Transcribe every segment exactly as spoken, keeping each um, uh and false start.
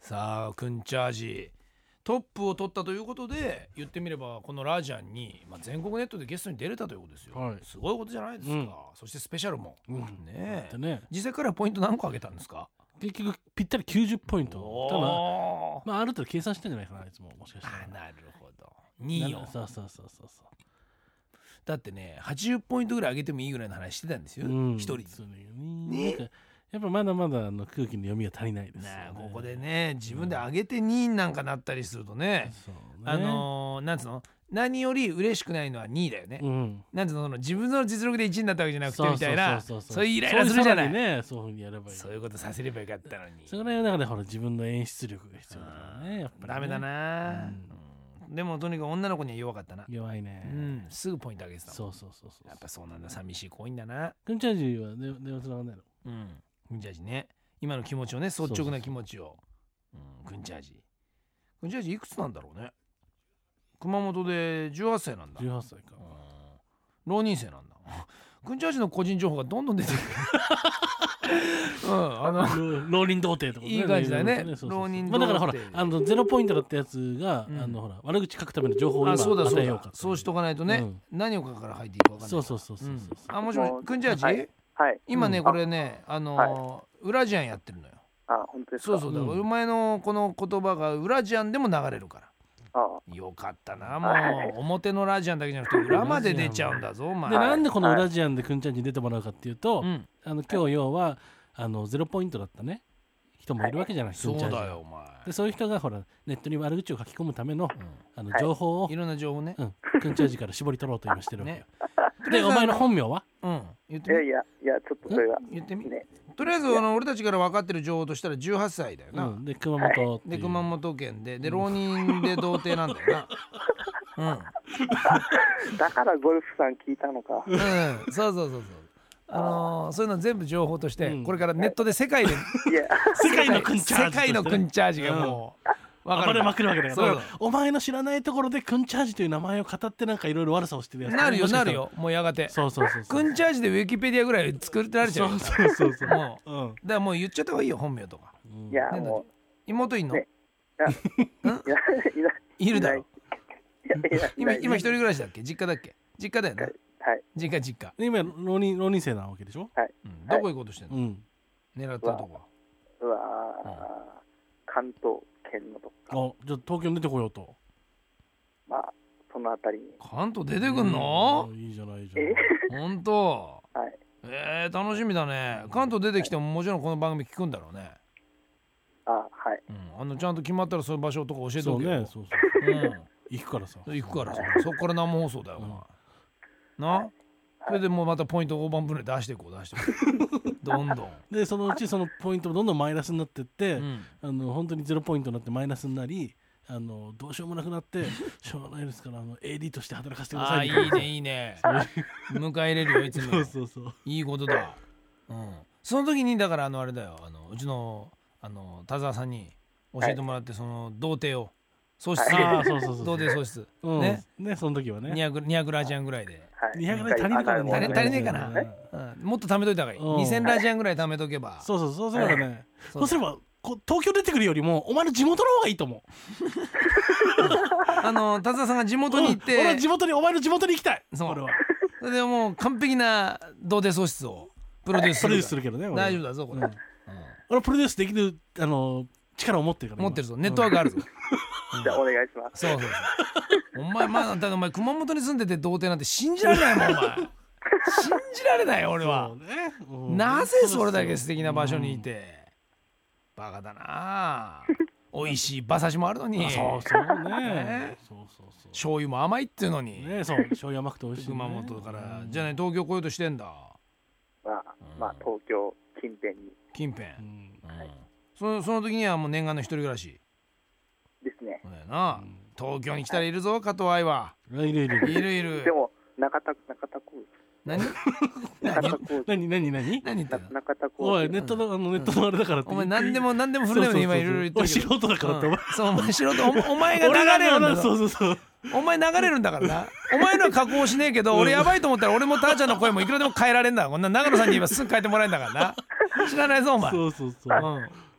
さあクンチャージトップを取ったということで、言ってみればこのラジャンに、まあ、全国ネットでゲストに出れたということですよ、はい、すごいことじゃないですか、うん、そしてスペシャルも、うん、ねえね実際からポイント何個上げたんですか？ 結局ぴったりきゅうじゅうポイント。ただ、まあ、ある程度計算してんじゃないかな、いつも。もしかしたら。 あ、なるほど。にいをそうそうそうそうそう。 だってねはちじゅうポイントぐらい上げてもいいぐらいの話してたんですよ、うん、一人で。そうね。なんかやっぱまだまだあの空気の読みが足りないです、ね、 なあここでね自分で上げてにいなんかなったりするとね、うんね、あのー、なんつうの何より嬉しくないのはにいだよね、うん、なんつうの、その自分の実力でいちいになったわけじゃなくてみたいな、そういうイライラするじゃない。 そういうね、そういうふうにやればいい。 そういうことさせればよかったのに。 それぐらいの中でほら自分の演出力が必要だからね、やっぱり、ね、 ダメだな、うん、でもとにかく女の子には弱かったな。 弱いね、 うん、すぐポイント上げてた。 そうそうそうそう。 やっぱそうなんだ、寂しい子多いんだな。 くんちゃんじは電話つながんないの？ うん、くんちゃんじね、今の気持ちをね、率直な気持ちを。くんちゃんじくんちゃんじいくつなんだろうね。熊本でじゅうはっさいなんだ。 じゅうはっさいか、うん、 浪人生なんだ。くんちゃんじの個人情報がどんどん出てくる。うん、あの浪人童貞とか、ね、 いい感じだよね。浪人童貞、 まあ、だからほらあのゼロポイントだったやつが、うん、あのほら悪口書くための情報を今与えようか。 そうしとかないとね、うん、何を書くから入っていくか分かんない。 そうそうそうそうそう、うん、 あ、もしもしくんちゃんじ、はいはい、 今ね、うん、これねあのーはい、ウラジアンやってるのよ。 あ、本当ですか。 そうそうだ、うん、お前のこの言葉がウラジアンでも流れるから。ああ、よかったな。もう、はい、表のラジアンだけじゃなくて裏まで出ちゃうんだぞお前。 でなんでこのウラジアンでくんちゃんに出てもらうかっていうと、はい、あの今日要はあのゼロポイントだったね人もいるわけじゃない、はい、 そうだよお前。 でそういう人がほらネットに悪口を書き込むための、うん、あの情報を、はい、 いろんな情報ね、 うん、くんちゃんじから絞り取ろうと今してるわけよ、ね、でお前の本名は？ うん、言ってみ。 いやいやいやちょっとそれは言ってみ、ね、とりあえずあの俺たちから分かってる情報としたらじゅうはっさいだよな、うん、 で熊本、はい、 で熊本県でで浪人で童貞なんだよな。うん、 だからゴルフさん聞いたのか。 うん、そうそうそうそう。あのー、そういうの全部情報として、うん、これからネットで世界で世界のくんチャージ、 世界のくんチャージがもう、うん、 暴れまくるわけだから。そうそう、お前の知らないところでくんチャージという名前を語ってなんかいろいろ悪さをしてるやつ。 なるよなるよ、もうやがて。 そうそうそうそう。 くんチャージでウィキペディアぐらい作られちゃう。 そうそうそうそう。 もう、うん、だからもう言っちゃった方がいいよ本名とか。 うん、いや、ね、もう妹いんの？ ね、いやいるだろ。今今一人暮らしだっけ？実家だっけ？実家だよね。 はい、 実家実家。 今浪人浪人生なわけでしょ？ はい、 うん、どこ行こうとしてんの？うん、狙ってるとこは。 うわ、うん、関東県のとこか。 あ、じゃあ東京に出てこようと。 まあそのあたりに。 関東出てくんの？ いいじゃないいいじゃない。 えー、本当。 はい。 えー、楽しみだね。関東出てきてももちろんこの番組聞くんだろうね。 あ、はい。 うん、あのちゃんと決まったらそういう場所とか教えておけよ。 そうね、そうそう。うん、行くからさ。 行くからさ。そこから生放送だよお前。うんな、はい、それでもうまたポイント大盤振れ出していこう出していこうどんどんでそのうちそのポイントもどんどんマイナスになってって、うん、あの本当にゼロポイントになってマイナスになり、あのどうしようもなくなってしょうがないですからあの エーディー として働かせてください。 あいいねいいね迎え入れるよいつも。 そうそうそういいことだ、うん、その時にだからあのあれだよ、あのうちのあの田沢さんに教えてもらって、はい、その童貞を喪失、 ああそうそうそう童貞喪失、 うん、ねねその時はねにひゃく、にひゃくラジアンぐらいで、 はい、 にひゃくラジアン足りるからね。 足りねえかな、うん、もっと貯めといた方がいい、うん、にせんラジアンぐらい貯めとけば、 そうそうそうすればね、はい、そうすればこ東京出てくるよりもお前の地元の方がいいと思う。 あの田沢さんが地元に行って、 うん、俺は地元にお前の地元に行きたい。 そう俺はそれでもう完璧な童貞喪失をプロデュースする、 プロデュースするけどね大丈夫だぞこれ、うんうん、 俺はプロデュースできるあの力を持ってるから、 持ってるぞ、ネットワークあるぞ、 うん、じゃあお願いします。 そうそうそうお前まあだお前熊本に住んでて童貞なんて信じられないもんお前信じられない俺は、ね、うん、なぜそれだけ素敵な場所にいて、うん、バカだな美味しい馬刺しもあるのに、 そうそうねそうそうそう醤油も甘いっていうのにね、そう醤油甘くて美味しい、ね、 熊本から、うん、じゃあね東京来ようとしてんだ。 まあ、うん、まあ東京近辺に近辺、うんうん、はい、 その、その時にはもう念願の一人暮らしですね。 そうだよな、うん、東京に来たらいるぞ、はい、加藤愛は。 いるいるいるいるいる。 でも中田中田公何何何何何言ってんの中田公おいネットのあのネットのあれだからって、 お前何でも何でも振るねよ今いろいろ言ってるけど、 素人だからってお前、 そうお前素人 お, お前が流れるんだぞ。 そうそうそうお前流れるんだからな。お前のは加工しねえけど、俺やばいと思ったら俺もターちゃんの声もいくらでも変えられんだ。こんな長野さんに言えばすぐ変えてもらえるんだからな。知らないぞお前。 そうそうそう、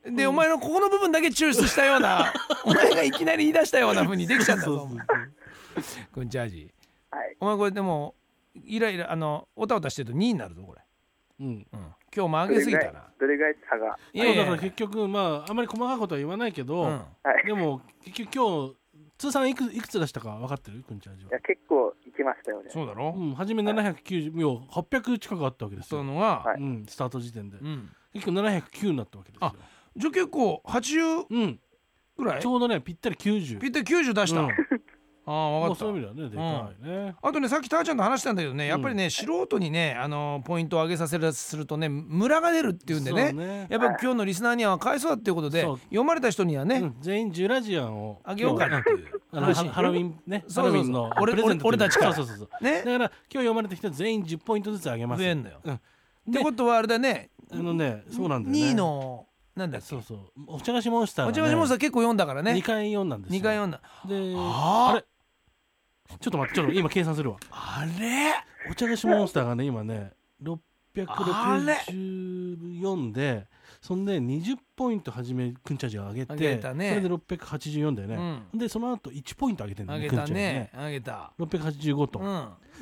で、お前のここの部分だけ抽出したようなお前がいきなり言い出したような風にできちゃったぞ。こんちゃじ、 はい、 お前これでもイライラあのおたおたしてるとにになるぞこれ。うん、うん、今日も上げすぎたな。 どれぐらい差が。 いやいや、だから結局まああまり細かいことは言わないけど、うん、でも結局今日通算いくいくつ出したか分かってる？くんちゃんじは。 いや結構いきましたよね。 そうだろ。 うん、初めななひゃくきゅうじゅう、はい、はっぴゃく近くあったわけですよ。 そういうのが、 うん、スタート時点で、うん、結局ななひゃくきゅうになったわけですよ。あ、 じゃあ結構はちじゅうぐらい、 うん、ちょうどねぴったりきゅうじゅう。 ぴったりきゅうじゅう出した。うん、ああ分かった。 そういう意味ではねでかいね、うん、 あとねさっきたーちゃんと話したんだけどね、やっぱりね、うん、素人にねあのポイントを上げさせるするとねムラが出るっていうんで ね, ねやっぱり今日のリスナーにはかわいそうだっていうことで、読まれた人にはね、うん、 全員じゅうラジアンをあげようかなっていうハロウィンね、ハロウィンのプレゼント、俺たちからそうそうそう、ね、だから今日読まれた人は全員じゅっポイントずつあげます。 増えんのよ、うん、ってことはあれだね、 あのねそうなんだよね、 にいのなんだっけ、 そうそうお茶菓子モンスターが、ね、 お茶菓子モンスター結構読んだからね、 にかい読んだんですよ。 にかい読んだで、ああれちょっと待って、ちょっと今計算するわ。 あれお茶菓子モンスターがね今ねろっぴゃくろくじゅうよんで、そんでにじゅっポイントはじめくんちゃじが上げて、 上げたね、 それでろっぴゃくはちじゅうよんだよね、うん、でその後いちポイント上げてんだよね、くんちゃじね、 上げたろっぴゃくはちじゅうごと、うん、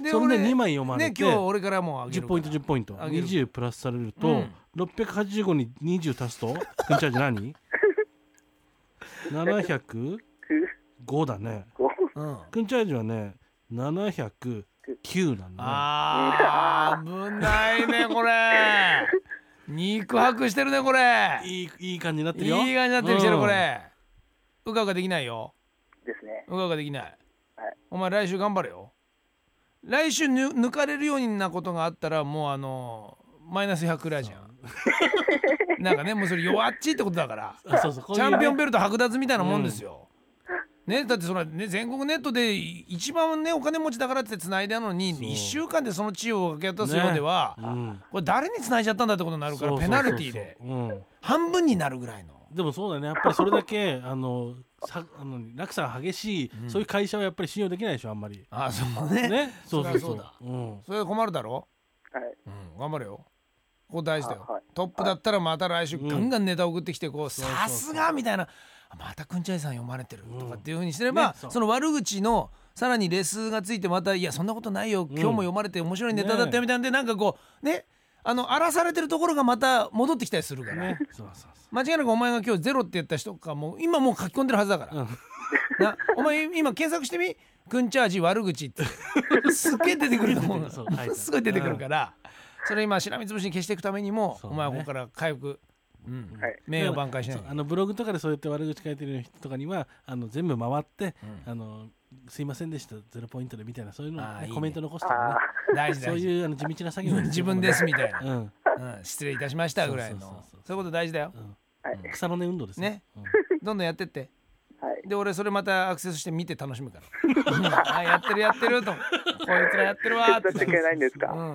でそんでにまい読まれて、 ね、今日俺からもう上げるじゅっポイントじゅっポイントにじゅうプラスされると、うん、ろっぴゃくはちじゅうごににじゅう足すとくんちゃじ何ななひゃくごだね、うん、くんちゃじはねななひゃくきゅうなんだね。 あー危ないねこれ肉薄してるねこれ。 いいいい感じになってるよ。 いい感じになってる、うん、これうかうかできないよ。 ですね。 うかうかできない、 はい、 お前来週頑張れよ。来週ぬ抜かれるようなことがあったらもうあのマイナスひゃくラジアンなんかねもうそれ弱っちいってことだからそうそう、こういうね、 チャンピオンベルト剥奪みたいなもんですよ、うんね、だってその、ね、全国ネットで一番、ね、お金持ちだからって繋いだのにいっしゅうかんでその地位を分け渡すようでは、ね、うん、これ誰に繋いじゃったんだってことになるからペナルティーで半分になるぐらいの。 でもそうだね、やっぱりそれだけあのさあの落差が激しい、うん、そういう会社はやっぱり信用できないでしょあんまり。 ああそうね。 ね、そうそうそうだ、うん、それで困るだろ。 はい、 うん、頑張れよ。ここ大事だよ、はい、トップだったらまた来週ガンガンネタ送ってきてこうさすがみたいな、またくんちゃいさん読まれてるとかっていう風にすれば、うんね、そ, その悪口のさらにレスがついてまたいやそんなことないよ、うん、今日も読まれて面白いネタだったよみたいなんで、ね、なんかこうねあの荒らされてるところがまた戻ってきたりするから、ね、そうそうそう、間違いなくお前が今日ゼロって言った人かもう今もう書き込んでるはずだから、うん、なお前今検索してみくんちゃーじ悪口ってすっげえ出てくると思うのすごい出てくるから、うん、それ今しらみつぶしに消していくためにも、ね、お前はここから回復、うん、はい、名誉挽回しない。 あのブログとかでそうやって悪口書いてる人とかにはあの全部回って、うん、あのすいませんでしたゼロポイントでみたいなそういうの、ね、いいね、コメント残すとかね、大事大事、そういうあの地道な作業自分ですみたいな、うんうん、失礼いたしましたぐらいのそういうこと大事だよ、うんはい、草の根運動ですね、ね、うん、 どんどんやってって、はい、で俺それまたアクセスして見て楽しむからあやってるやってるとこいつらやってるわって助けないんですか、うん、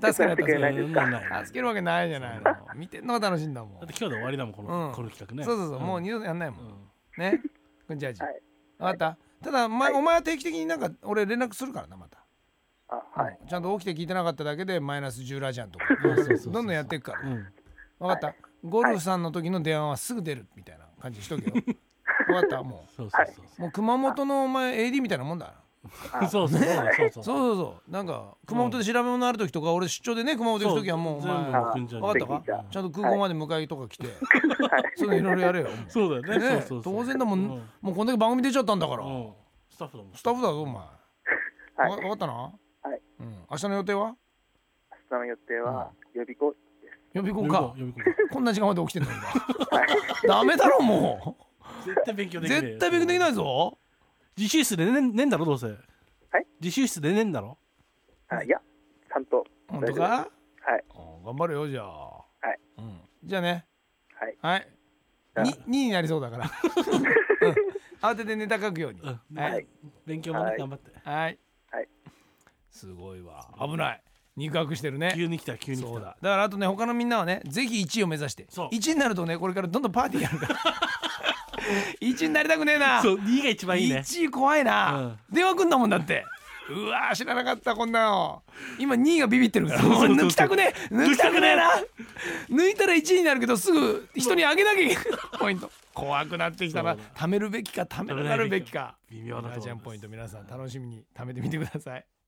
助けないんですか助けるわけないじゃないの見てんのが楽しいんだもん。だって今日で終わりだもんこの、うん、この企画ね。 そうそうそう、うん、もう二度とやんないもん、うん、ねくんちゃーじ、はい、分かった、はい、ただ、ま、お前は定期的になんか俺連絡するからなまた。 あ、はい、 ちゃんと起きて聞いてなかっただけでマイナスじゅうラジアンとかどんどんやっていくから、うん、分かった、はい、ゴルフさんの時の電話はすぐ出るみたいな感じしとけよ分かったもうそうそうそうそう、もう熊本のお前 エーディー みたいなもんだそうそうそうそうそうそうそうなんか熊本で調べ物ある時とか俺出張でね熊本行く時はもうお前分かったかちゃんと空港まで迎えとか来てそういうのいろいろやれよ。 そうだよね、 ね、そうそうそう当然だもん、うん、もうこんだけ番組出ちゃったんだから、うん、 スタッフだもんスタッフだぞお前、はい、分かったな、 はい、 うん、明日の予定は明日の予定は予備校です。 予備校かこんな時間まで起きてんのにダメだろもう絶対勉強できない絶対勉強できないぞ。 自習室でねねんだろどうせ。 はい自習室でねんだろ。 あいやちゃんと本当か。 はい頑張れよじゃあ。 はい、 うん、じゃあねはいはいににになりそうだから、うん、慌ててネタ書くように、うん、 はい、勉強もね、はい、頑張ってはいはいすごいわ危ない肉薄してるね。 急に来た急に来た。 そうだだからあとね他のみんなはねぜひいちいを目指していちいになるとねこれからどんどんパーティーやるからいちいになりたくねえな。 そうにいが一番いいね。 いちい怖いな、うん、電話くんだもんだってうわー知らなかったこんなの。今にいがビビってるからもう抜きたくねえ抜きたくねえな。抜いたらいちいになるけどすぐ人にあげなきゃいけないポイント。怖くなってきたな。貯めるべきか貯めなくなるべきか。 微妙なところです。 ガージャンポイント皆さん楽しみに貯めてみてください。